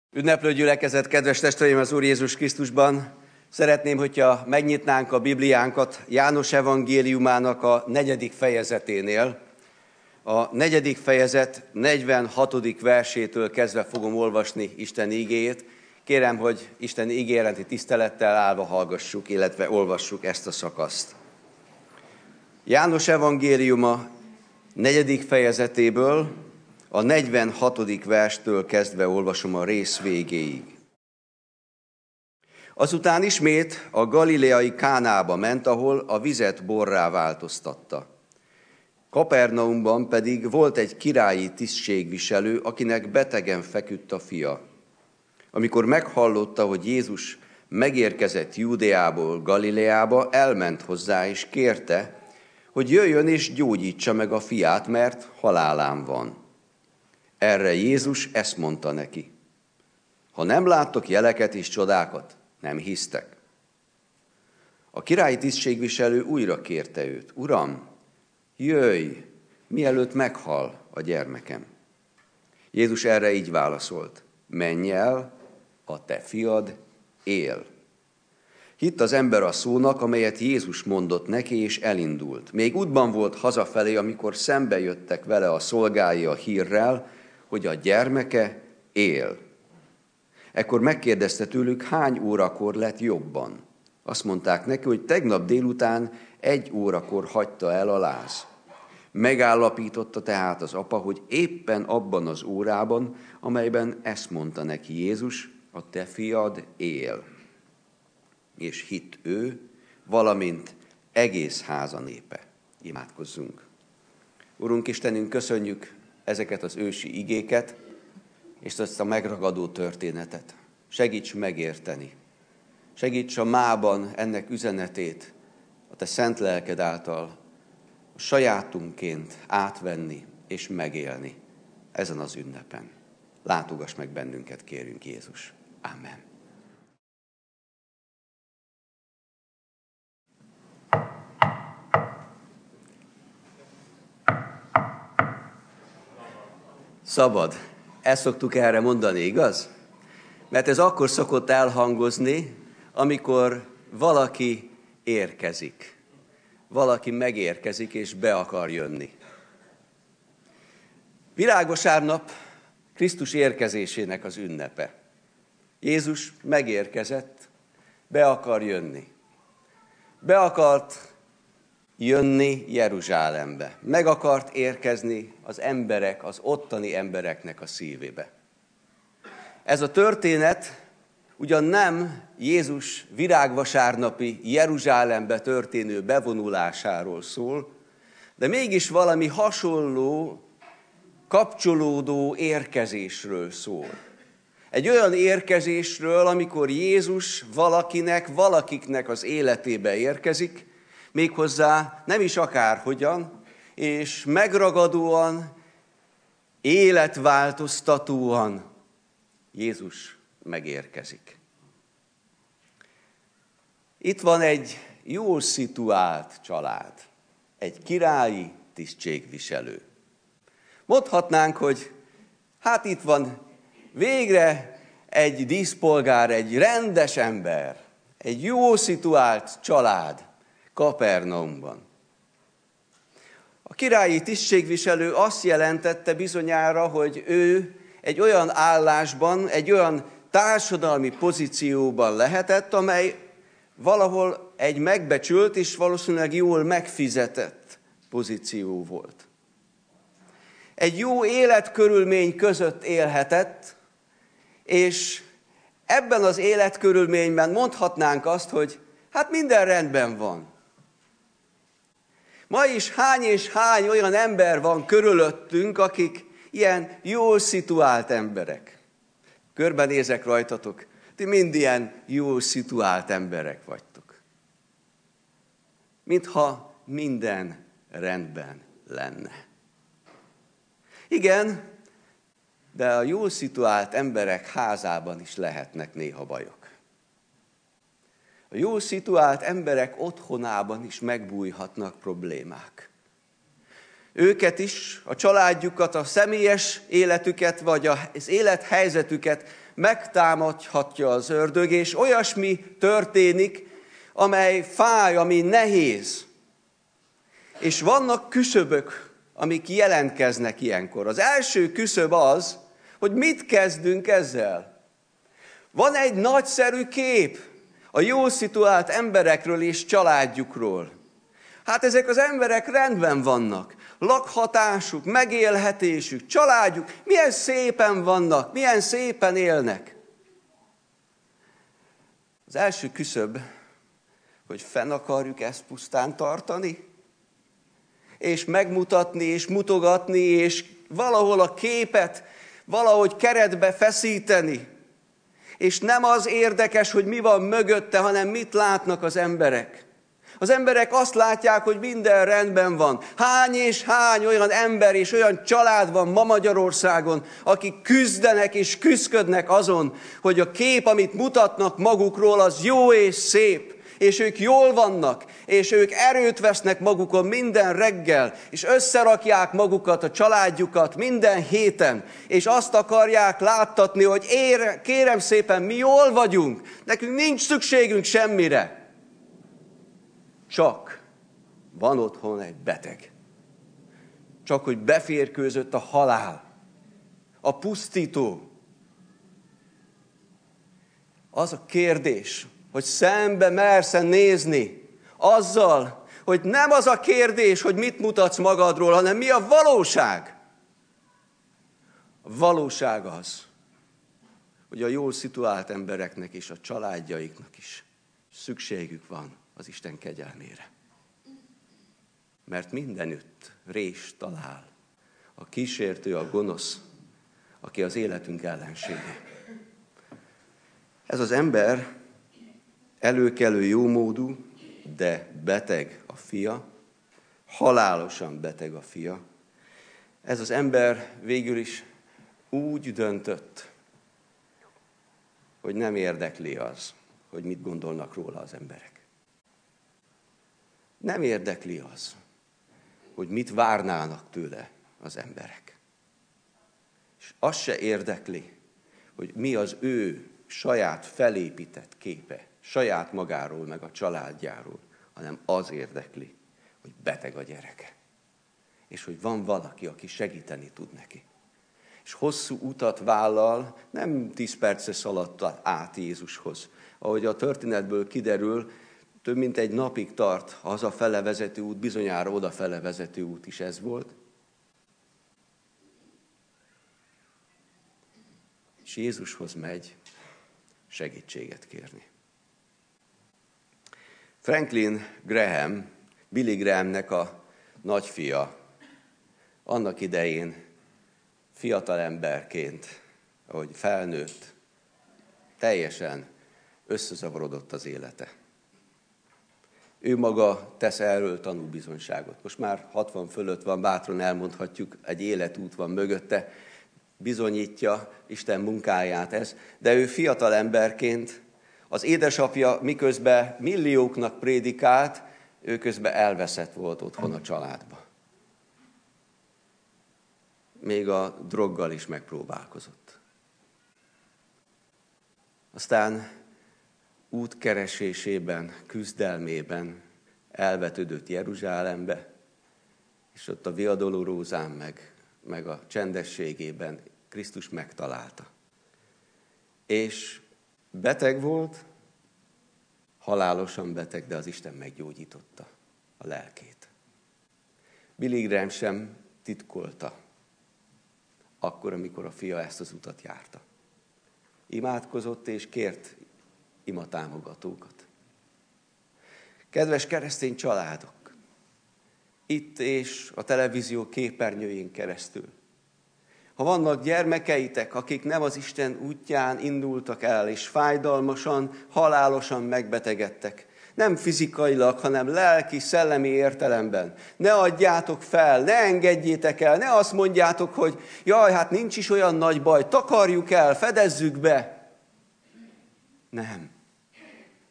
Ünneplő gyülekezet, kedves testvéreim az Úr Jézus Krisztusban! Szeretném, hogyha megnyitnánk a Bibliánkat János evangéliumának a 4. fejezeténél. A 4. fejezet 46. versétől kezdve fogom olvasni Isten igéjét. Kérem, hogy Isten igéjénti tisztelettel állva hallgassuk, illetve olvassuk ezt a szakaszt. János evangéliuma 4. fejezetéből a 46. verstől kezdve olvasom a rész végéig. Azután ismét a galileai Kánába ment, ahol a vizet borrá változtatta. Kapernaumban pedig volt egy királyi tisztségviselő, akinek betegen feküdt a fia. Amikor meghallotta, hogy Jézus megérkezett Júdeából Galileába, elment hozzá és kérte, hogy jöjjön és gyógyítsa meg a fiát, mert halálán van. Erre Jézus ezt mondta neki: ha nem láttok jeleket és csodákat, nem hisztek. A királyi tisztségviselő újra kérte őt: Uram, jöjj, mielőtt meghal a gyermekem. Jézus erre így válaszolt: menj el, a te fiad él. Hitt az ember a szónak, amelyet Jézus mondott neki, és elindult. Még útban volt hazafelé, amikor szembe jöttek vele a szolgái a hírrel, hogy a gyermeke él. Ekkor megkérdezte tőlük, hány órakor lett jobban. Azt mondták neki, hogy tegnap délután 1 órakor hagyta el a láz. Megállapította tehát az apa, hogy éppen abban az órában, amelyben ezt mondta neki Jézus: a te fiad él. És hitt ő, valamint egész háza népe. Imádkozzunk. Urunk Istenünk, köszönjük ezeket az ősi igéket, és ezt a megragadó történetet. Segíts megérteni. Segíts a mában ennek üzenetét a te szent lelked által a sajátunként átvenni és megélni ezen az ünnepen. Látogass meg bennünket, kérünk, Jézus. Amen. Szabad. Ezt szoktuk erre mondani, igaz? Mert ez akkor szokott elhangozni, amikor valaki érkezik. Valaki megérkezik és be akar jönni. Virágvasárnap Krisztus érkezésének az ünnepe. Jézus megérkezett, be akar jönni. Be akart jönni Jeruzsálembe. Meg akart érkezni az emberek, az ottani embereknek a szívébe. Ez a történet ugyan nem Jézus virágvasárnapi Jeruzsálembe történő bevonulásáról szól, de mégis valami hasonló, kapcsolódó érkezésről szól. Egy olyan érkezésről, amikor Jézus valakiknek az életébe érkezik, méghozzá nem is akárhogyan, és megragadóan, életváltoztatóan Jézus megérkezik. Itt van egy jól szituált család, egy királyi tisztségviselő. Mondhatnánk, hogy hát itt van végre egy díszpolgár, egy rendes ember, egy jól szituált család Kapernaumban. A királyi tisztségviselő azt jelentette bizonyára, hogy ő egy olyan állásban, egy olyan társadalmi pozícióban lehetett, amely valahol egy megbecsült és valószínűleg jól megfizetett pozíció volt. Egy jó életkörülmény között élhetett, és ebben az életkörülményben mondhatnánk azt, hogy hát minden rendben van. Ma is hány és hány olyan ember van körülöttünk, akik ilyen jól szituált emberek. Körbenézek rajtatok, ti mind ilyen jól szituált emberek vagytok. Mintha minden rendben lenne. Igen, de a jól szituált emberek házában is lehetnek néha bajok. A jól szituált emberek otthonában is megbújhatnak problémák. őket is, a családjukat, a személyes életüket, vagy az élethelyzetüket megtámadhatja az ördög, és olyasmi történik, amely fáj, ami nehéz. És vannak küszöbök, amik jelentkeznek ilyenkor. Az első küszöb az, hogy mit kezdünk ezzel. Van egy nagyszerű kép a jól szituált emberekről és családjukról. Hát ezek az emberek rendben vannak. Lakhatásuk, megélhetésük, családjuk, milyen szépen vannak, milyen szépen élnek. Az első küszöb, hogy fenn akarjuk ezt pusztán tartani, és megmutatni, és mutogatni, és valahol a képet valahogy keretbe feszíteni. És nem az érdekes, hogy mi van mögötte, hanem mit látnak az emberek. Az emberek azt látják, hogy minden rendben van. Hány és hány olyan ember és olyan család van ma Magyarországon, akik küzdenek és küszködnek azon, hogy a kép, amit mutatnak magukról, az jó és szép. És ők jól vannak, és ők erőt vesznek magukon minden reggel, és összerakják magukat, a családjukat minden héten, és azt akarják láttatni, hogy kérem szépen, mi jól vagyunk, nekünk nincs szükségünk semmire. Csak van otthon egy beteg. Csak hogy beférkőzött a halál, a pusztító. Az a kérdés, hogy szembe mersz-e nézni azzal, hogy nem az a kérdés, hogy mit mutatsz magadról, hanem mi a valóság. A valóság az, hogy a jól szituált embereknek és a családjaiknak is szükségük van az Isten kegyelmére. Mert mindenütt rést talál a kísértő, a gonosz, aki az életünk ellensége. Ez az ember előkelő, jómódú, de beteg a fia, halálosan beteg a fia. Ez az ember végül is úgy döntött, hogy nem érdekli az, hogy mit gondolnak róla az emberek. Nem érdekli az, hogy mit várnának tőle az emberek. És azt se érdekli, hogy mi az ő saját felépített képe, saját magáról, meg a családjáról, hanem az érdekli, hogy beteg a gyereke. És hogy van valaki, aki segíteni tud neki. És hosszú utat vállal, nem 10 perce szaladt át Jézushoz. Ahogy a történetből kiderül, több mint egy napig tart hazafele vezető út, bizonyára odafele vezető út is ez volt. És Jézushoz megy segítséget kérni. Franklin Graham, Billy Grahamnek a nagyfia, annak idején fiatalemberként, ahogy felnőtt, teljesen összezavarodott az élete. Ő maga tesz erről tanúbizonyságot. Most már 60 fölött van, bátran elmondhatjuk, egy életút van mögötte, bizonyítja Isten munkáját ez, de ő fiatal emberként, az édesapja miközben millióknak prédikált, ő közben elveszett volt otthon a családba. Még a droggal is megpróbálkozott. Aztán útkeresésében, küzdelmében elvetődött Jeruzsálembe, és ott a Via Dolorózán meg a csendességében Krisztus megtalálta. És beteg volt, halálosan beteg, de az Isten meggyógyította a lelkét. Billy Graham sem titkolta, akkor, amikor a fia ezt az utat járta. Imádkozott és kért imatámogatókat. Kedves keresztény családok, itt és a televízió képernyőjén keresztül, ha vannak gyermekeitek, akik nem az Isten útján indultak el, és fájdalmasan, halálosan megbetegedtek, nem fizikailag, hanem lelki, szellemi értelemben, ne adjátok fel, ne engedjétek el, ne azt mondjátok, hogy jaj, hát nincs is olyan nagy baj, takarjuk el, fedezzük be. Nem.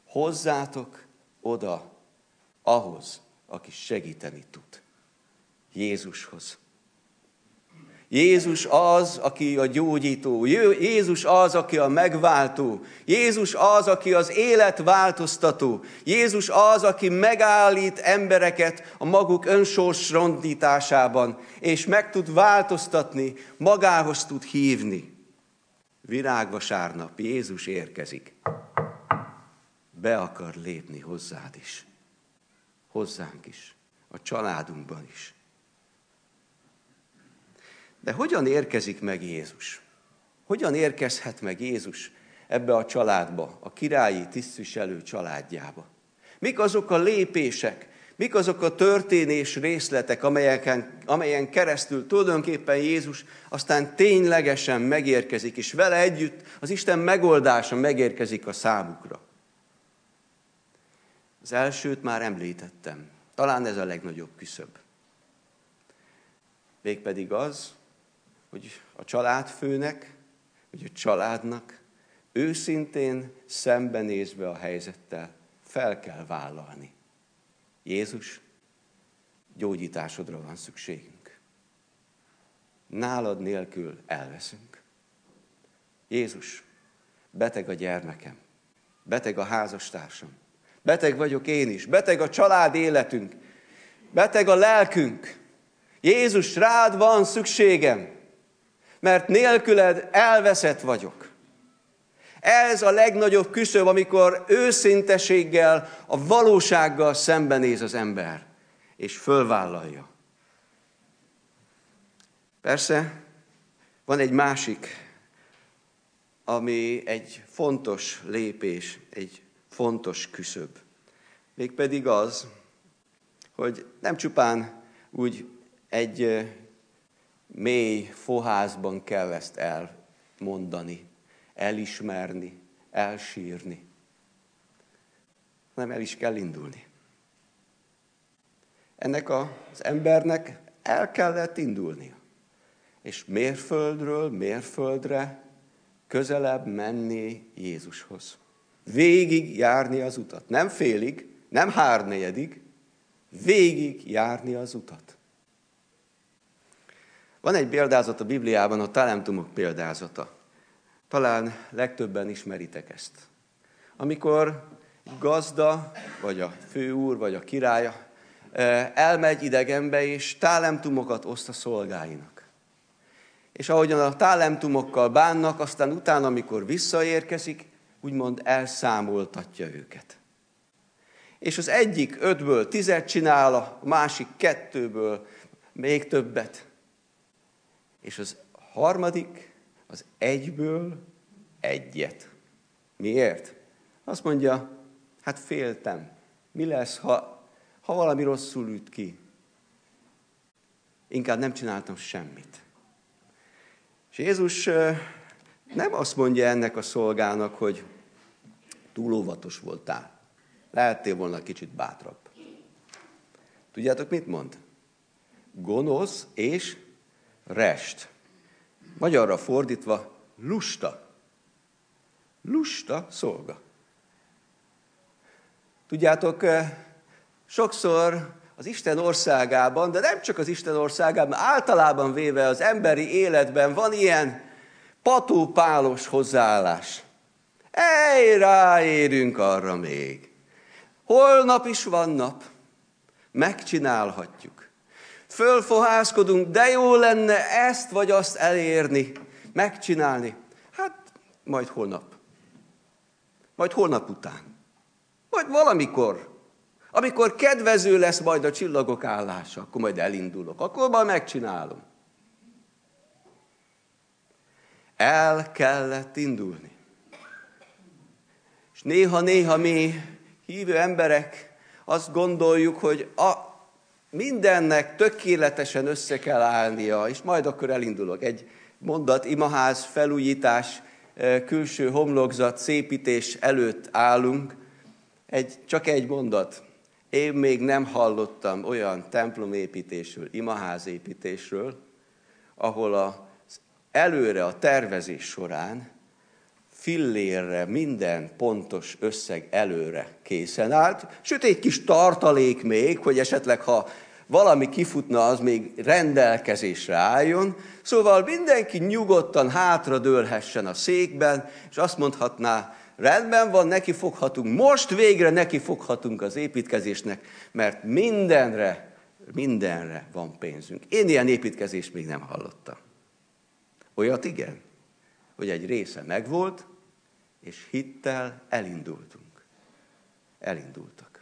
Hozzátok oda ahhoz, aki segíteni tud. Jézushoz. Jézus az, aki a gyógyító. Jézus az, aki a megváltó. Jézus az, aki az életváltoztató. Jézus az, aki megállít embereket a maguk önsors rondításában, és meg tud változtatni, magához tud hívni. Virágvasárnap Jézus érkezik. Be akar lépni hozzád is. Hozzánk is. A családunkban is. De hogyan érkezik meg Jézus? Hogyan érkezhet meg Jézus ebbe a családba, a királyi tisztviselő családjába? Mik azok a lépések, mik azok a történés részletek, amelyen keresztül tulajdonképpen Jézus aztán ténylegesen megérkezik, és vele együtt az Isten megoldása megérkezik a számukra? Az elsőt már említettem, talán ez a legnagyobb küszöb. Mégpedig az, hogy a családfőnek, vagy a családnak őszintén szembenézve a helyzettel fel kell vállalni. Jézus, gyógyításodra van szükségünk. Nálad nélkül elveszünk. Jézus, beteg a gyermekem, beteg a házastársam, beteg vagyok én is, beteg a család életünk, beteg a lelkünk. Jézus, rád van szükségem, mert nélküled elveszett vagyok. Ez a legnagyobb küszöb, amikor őszinteséggel, a valósággal szembenéz az ember, és fölvállalja. Persze, van egy másik, ami egy fontos lépés, egy fontos küszöb. Mégpedig az, hogy nem csupán úgy egy mély foházban kell ezt elmondani, elismerni, elsírni, hanem el is kell indulni. Ennek az embernek el kellett indulnia, és mérföldről mérföldre közelebb menni Jézushoz. Végig járni az utat. Nem félig, nem hárnegyedig, végig járni az utat. Van egy példázat a Bibliában, a talentumok példázata. Talán legtöbben ismeritek ezt. Amikor egy gazda, vagy a főúr, vagy a királya elmegy idegenbe, és talentumokat oszt a szolgáinak. És ahogyan a talentumokkal bánnak, aztán utána, amikor visszaérkezik, úgymond elszámoltatja őket. És az egyik 5-ből 10 csinál, a másik 2-ből még többet. És az harmadik az 1-ből 1. Miért? Azt mondja, hát féltem. Mi lesz, ha valami rosszul üt ki? Inkább nem csináltam semmit. És Jézus nem azt mondja ennek a szolgának, hogy túl óvatos voltál. Lehettél volna kicsit bátrabb. Tudjátok, mit mond? Gonosz és rest. Magyarra fordítva, lusta. Lusta szolga. Tudjátok, sokszor az Isten országában, de nem csak az Isten országában, általában véve az emberi életben van ilyen patópálos hozzáállás. Ráérünk arra még. Holnap is van nap. Megcsinálhatjuk. Fölfohászkodunk, de jó lenne ezt vagy azt elérni, megcsinálni. Hát majd holnap. Majd holnap után. Majd valamikor. Amikor kedvező lesz majd a csillagok állása, akkor majd elindulok, akkor majd megcsinálom. El kellett indulni. És néha-néha mi hívő emberek azt gondoljuk, hogy mindennek tökéletesen össze kell állnia, és majd akkor elindulok. Egy mondat, imaház, felújítás, külső homlokzat, szépítés előtt állunk. Csak egy mondat. Én még nem hallottam olyan templomépítésről, imaházépítésről, ahol előre a tervezés során fillérre minden pontos összeg előre készen állt, sőt egy kis tartalék még, hogy esetleg ha valami kifutna, az még rendelkezésre álljon. Szóval mindenki nyugodtan hátradőlhessen a székben, és azt mondhatná, rendben van, nekifoghatunk, most végre nekifoghatunk az építkezésnek, mert mindenre van pénzünk. Én ilyen építkezést még nem hallottam. Olyat igen, hogy egy része megvolt, és hittel elindultunk. Elindultak.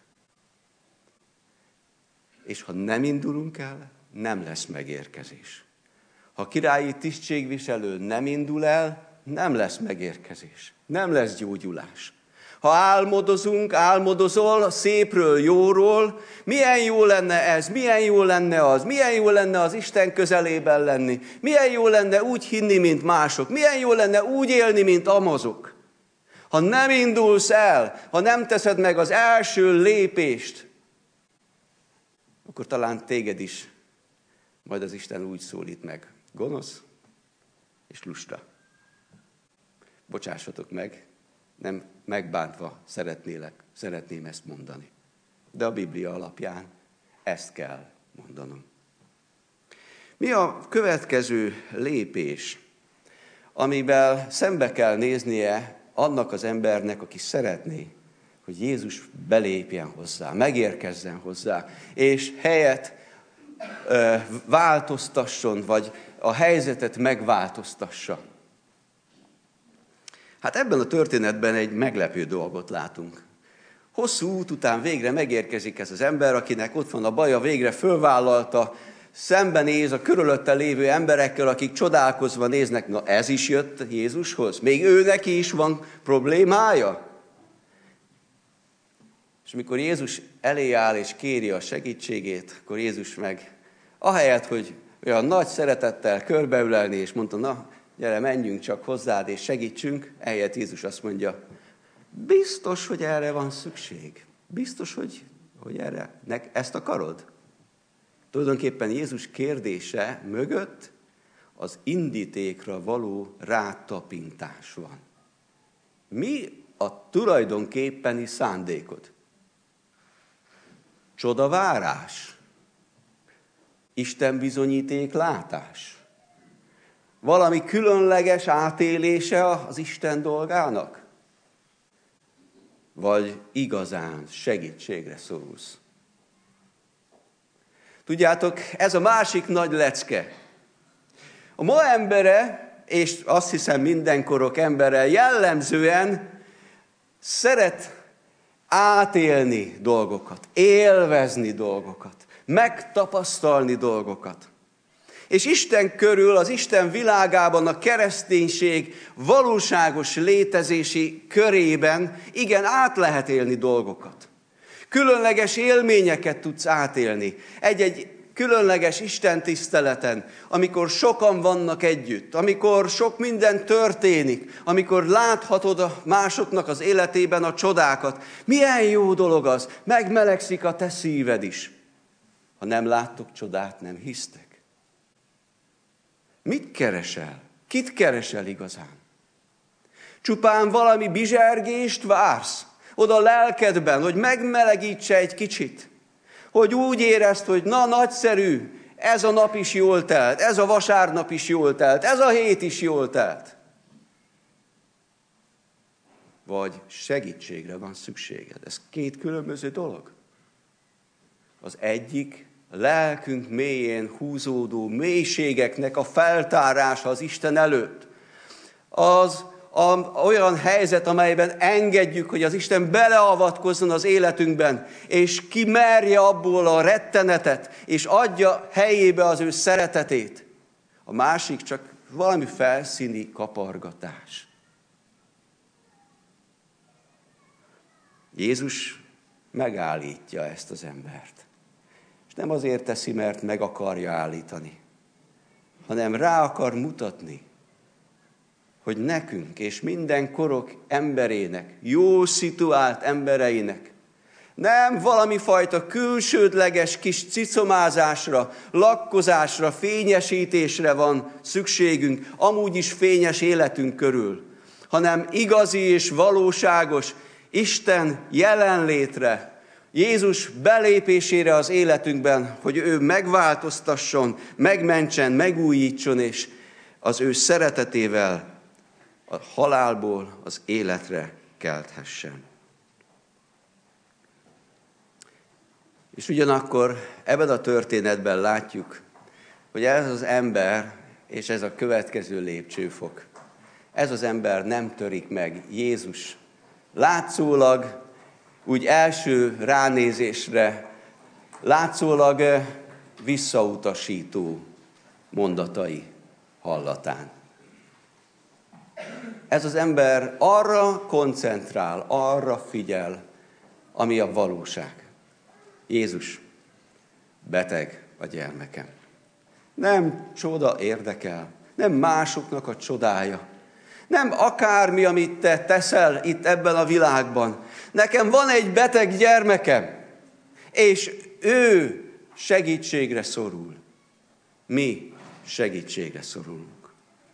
És ha nem indulunk el, nem lesz megérkezés. Ha királyi tisztségviselő nem indul el, nem lesz megérkezés. Nem lesz gyógyulás. Ha álmodozol a szépről, jóról, milyen jó lenne ez, milyen jó lenne az, milyen jó lenne az Isten közelében lenni, milyen jó lenne úgy hinni, mint mások, milyen jó lenne úgy élni, mint amazok. Ha nem indulsz el, ha nem teszed meg az első lépést, akkor talán téged is majd az Isten úgy szólít meg. Gonosz és lusta. Bocsássatok meg, nem megbántva szeretném ezt mondani. De a Biblia alapján ezt kell mondanom. Mi a következő lépés, amivel szembe kell néznie annak az embernek, aki szeretné, hogy Jézus belépjen hozzá, megérkezzen hozzá, és helyet változtasson, vagy a helyzetet megváltoztassa. Hát ebben a történetben egy meglepő dolgot látunk. Hosszú út után végre megérkezik ez az ember, akinek ott van a baja, végre fölvállalta, szembenéz a körülötte lévő emberekkel, akik csodálkozva néznek, na ez is jött Jézushoz, még ő neki is van problémája. És amikor Jézus elé áll és kéri a segítségét, akkor Jézus meg, ahelyett, hogy olyan nagy szeretettel körbeülelni, és mondta, na, gyere, menjünk csak hozzád, és segítsünk, ehelyett Jézus azt mondja, biztos, hogy erre van szükség. Biztos, hogy erre, ezt akarod? Tulajdonképpen Jézus kérdése mögött az indítékra való rátapintás van. Mi a tulajdonképpeni szándékod? Csodavárás? Isten bizonyíték látás? Valami különleges átélése az Isten dolgának? Vagy igazán segítségre szorulsz? Tudjátok, ez a másik nagy lecke. A ma embere, és azt hiszem mindenkorok embere jellemzően szeret átélni dolgokat, élvezni dolgokat, megtapasztalni dolgokat. És Isten körül, az Isten világában, a kereszténység valóságos létezési körében igen át lehet élni dolgokat. Különleges élményeket tudsz átélni. Egy-egy különleges istentiszteleten, amikor sokan vannak együtt, amikor sok minden történik, amikor láthatod a másoknak az életében a csodákat. Milyen jó dolog az, megmelegszik a te szíved is. Ha nem láttok csodát, nem hisztek. Mit keresel? Kit keresel igazán? Csupán valami bizsergést vársz oda a lelkedben, hogy megmelegítse egy kicsit. Hogy úgy érezd, hogy na, nagyszerű, ez a nap is jól telt, ez a vasárnap is jól telt, ez a hét is jól telt. Vagy segítségre van szükséged. Ez két különböző dolog. Az egyik a lelkünk mélyén húzódó mélységeknek a feltárása az Isten előtt. Az olyan helyzet, amelyben engedjük, hogy az Isten beleavatkozzon az életünkben, és kimerje abból a rettenetet, és adja helyébe az ő szeretetét. A másik csak valami felszíni kapargatás. Jézus megállítja ezt az embert. És nem azért teszi, mert meg akarja állítani, hanem rá akar mutatni, hogy nekünk és minden korok emberének, jó szituált embereinek nem valami fajta külsődleges kis cicomázásra, lakkozásra, fényesítésre van szükségünk, amúgy is fényes életünk körül, hanem igazi és valóságos Isten jelenlétre, Jézus belépésére az életünkben, hogy ő megváltoztasson, megmentsen, megújítson, és az ő szeretetével a halálból az életre kelthessen. És ugyanakkor ebben a történetben látjuk, hogy ez az ember, és ez a következő lépcsőfok, ez az ember nem törik meg Jézus látszólag, úgy első ránézésre, látszólag visszautasító mondatai hallatán. Ez az ember arra koncentrál, arra figyel, ami a valóság. Jézus, beteg a gyermekem. Nem csoda érdekel, nem másoknak a csodája, nem akármi, amit te teszel itt ebben a világban. Nekem van egy beteg gyermekem, és ő segítségre szorul. Mi segítségre szorulunk.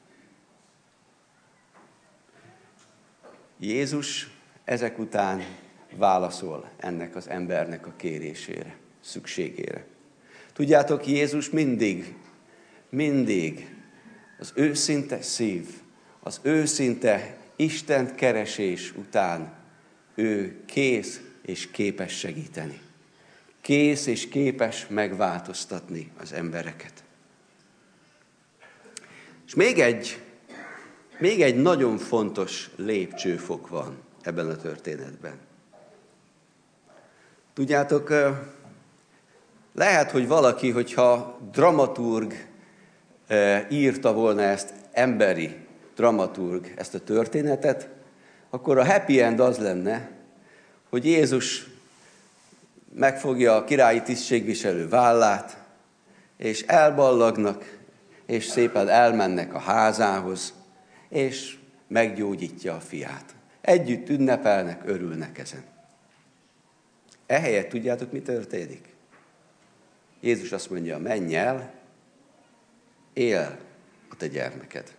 Jézus ezek után válaszol ennek az embernek a kérésére, szükségére. Tudjátok, Jézus mindig az őszinte szív, az őszinte Istent keresés után ő kész és képes segíteni. Kész és képes megváltoztatni az embereket. És még egy nagyon fontos lépcsőfok van ebben a történetben. Tudjátok, lehet, hogy valaki, hogyha dramaturg írta volna ezt, emberi dramaturg ezt a történetet, akkor a happy end az lenne, hogy Jézus megfogja a királyi tisztségviselő vállát, és elballagnak, és szépen elmennek a házához, és meggyógyítja a fiát. Együtt ünnepelnek, örülnek ezen. Ehelyett tudjátok, mi történik? Jézus azt mondja, menj el, él a te gyermeked.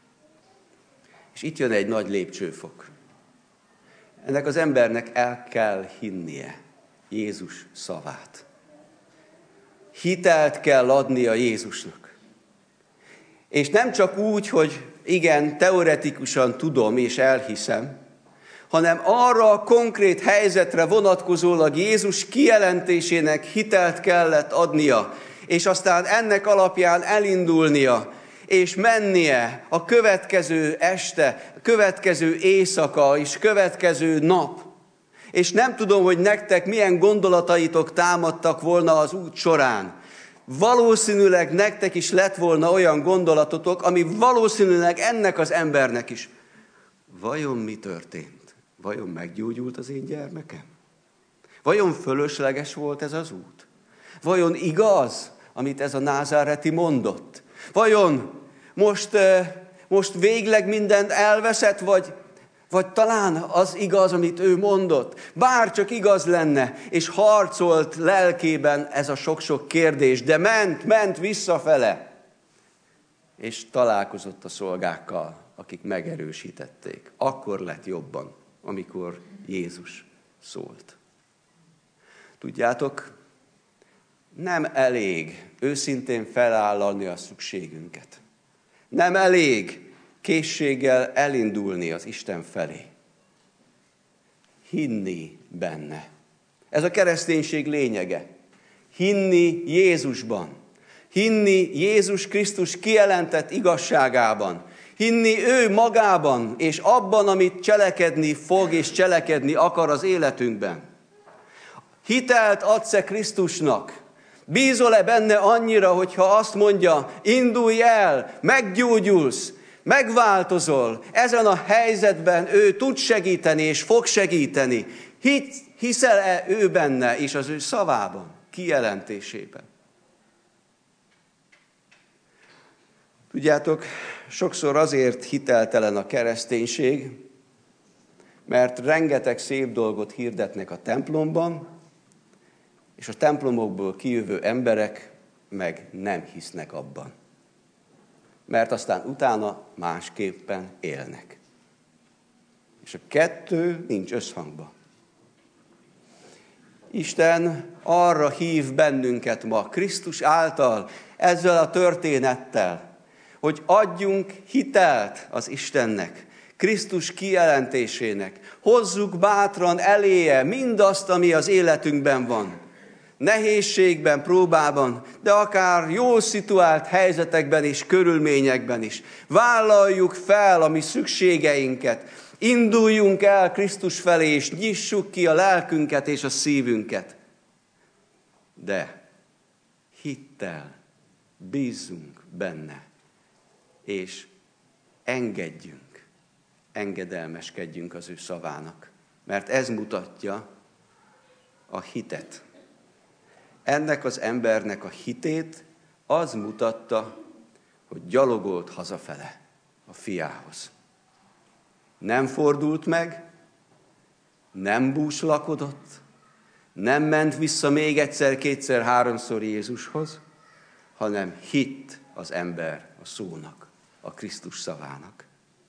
És itt jön egy nagy lépcsőfok. Ennek az embernek el kell hinnie Jézus szavát. Hitelt kell adnia Jézusnak. És nem csak úgy, hogy igen, teoretikusan tudom és elhiszem, hanem arra a konkrét helyzetre vonatkozólag Jézus kijelentésének hitelt kellett adnia, és aztán ennek alapján elindulnia, és mennie a következő este, a következő éjszaka és következő nap. És nem tudom, hogy nektek milyen gondolataitok támadtak volna az út során. Valószínűleg nektek is lett volna olyan gondolatotok, ami valószínűleg ennek az embernek is. Vajon mi történt? Vajon meggyógyult az én gyermekem? Vajon fölösleges volt ez az út? Vajon igaz, amit ez a názáreti mondott? Vajon most végleg mindent elveszett, vagy talán az igaz, amit ő mondott? Bár csak igaz lenne, és harcolt lelkében ez a sok-sok kérdés, de ment visszafele, és találkozott a szolgákkal, akik megerősítették. Akkor lett jobban, amikor Jézus szólt. Tudjátok, nem elég őszintén felállalni a szükségünket. Nem elég készséggel elindulni az Isten felé. Hinni benne. Ez a kereszténység lényege. Hinni Jézusban. Hinni Jézus Krisztus kijelentett igazságában. Hinni ő magában, és abban, amit cselekedni fog, és cselekedni akar az életünkben. Hitelt adsz-e Krisztusnak? Bízol-e benne annyira, hogyha azt mondja, indulj el, meggyógyulsz, megváltozol, ezen a helyzetben ő tud segíteni és fog segíteni. Hiszel-e ő benne és az ő szavában, kijelentésében? Tudjátok, sokszor azért hiteltelen a kereszténység, mert rengeteg szép dolgot hirdetnek a templomban, és a templomokból kijövő emberek meg nem hisznek abban. Mert aztán utána másképpen élnek. És a kettő nincs összhangban. Isten arra hív bennünket ma, Krisztus által, ezzel a történettel, hogy adjunk hitelt az Istennek, Krisztus kijelentésének. Hozzuk bátran eléje mindazt, ami az életünkben van. Nehézségben, próbában, de akár jól szituált helyzetekben és körülményekben is. Vállaljuk fel a mi szükségeinket. Induljunk el Krisztus felé, és nyissuk ki a lelkünket és a szívünket. De hittel bízzunk benne, és engedelmeskedjünk az ő szavának. Mert ez mutatja a hitet. Ennek az embernek a hitét az mutatta, hogy gyalogolt hazafele a fiához. Nem fordult meg, nem búslakodott, nem ment vissza még egyszer, kétszer, háromszor Jézushoz, hanem hitt az ember a szónak, a Krisztus szavának.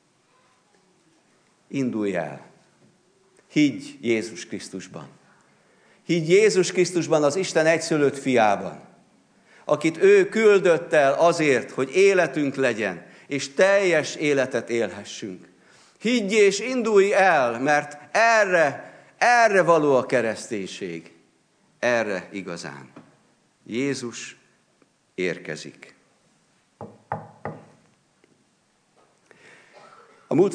Indulj el, higgy Jézus Krisztusban. Higgy Jézus Krisztusban, az Isten egyszülött fiában, akit ő küldött el azért, hogy életünk legyen, és teljes életet élhessünk. Higgy és indulj el, mert erre való a kereszténység. Erre igazán. Jézus érkezik. A múlt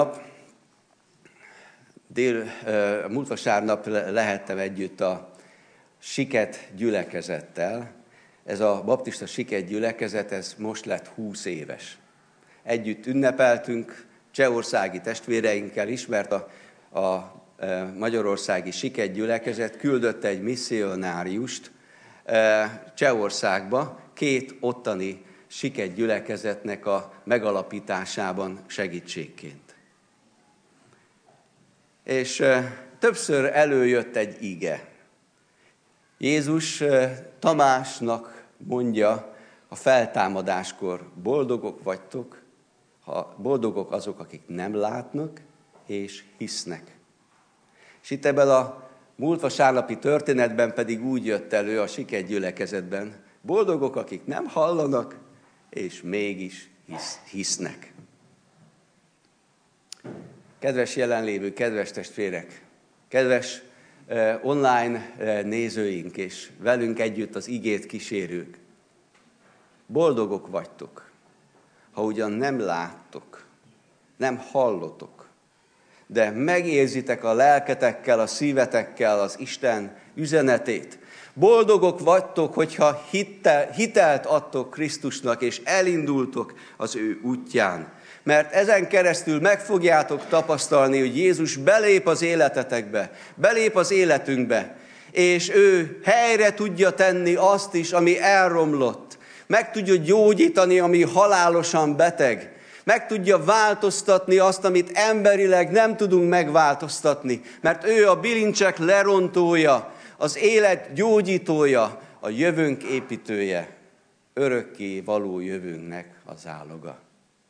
vasárnap lehettem együtt a Siket gyülekezettel. Ez a baptista Siket gyülekezet, ez most lett 20 éves. Együtt ünnepeltünk csehországi testvéreinkkel is, mert a magyarországi Siket gyülekezet küldött egy misszionáriust Csehországba, 2 ottani Siket gyülekezetnek a megalapításában segítségként. És többször előjött egy ige. Jézus Tamásnak mondja a feltámadáskor, boldogok vagytok, boldogok azok, akik nem látnak és hisznek. És itt ebben a múlt vasárnapi történetben pedig úgy jött elő a Siket gyülekezetben, boldogok, akik nem hallanak és mégis hisznek. Kedves jelenlévő, kedves testvérek, kedves online nézőink és velünk együtt az igét kísérők, boldogok vagytok, ha ugyan nem láttok, nem hallotok, de megérzitek a lelketekkel, a szívetekkel az Isten üzenetét. Boldogok vagytok, hogyha hitelt adtok Krisztusnak, és elindultok az ő útján. Mert ezen keresztül meg fogjátok tapasztalni, hogy Jézus belép az életetekbe, belép az életünkbe, és ő helyre tudja tenni azt is, ami elromlott. Meg tudja gyógyítani, ami halálosan beteg. Meg tudja változtatni azt, amit emberileg nem tudunk megváltoztatni. Mert ő a bilincsek lerontója, az élet gyógyítója, a jövőnk építője, örökké való jövőnknek a záloga.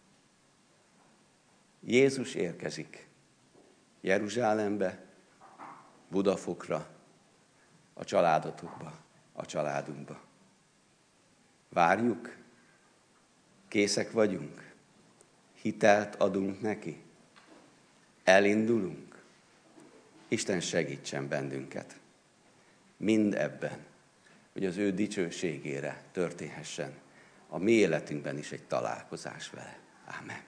Jézus érkezik Jeruzsálembe, Budafokra, a családotokba, a családunkba. Várjuk? Készek vagyunk? Hitelt adunk neki? Elindulunk? Isten segítsen bennünket. Mind ebben, hogy az ő dicsőségére történhessen a mi életünkben is egy találkozás vele. Ámen.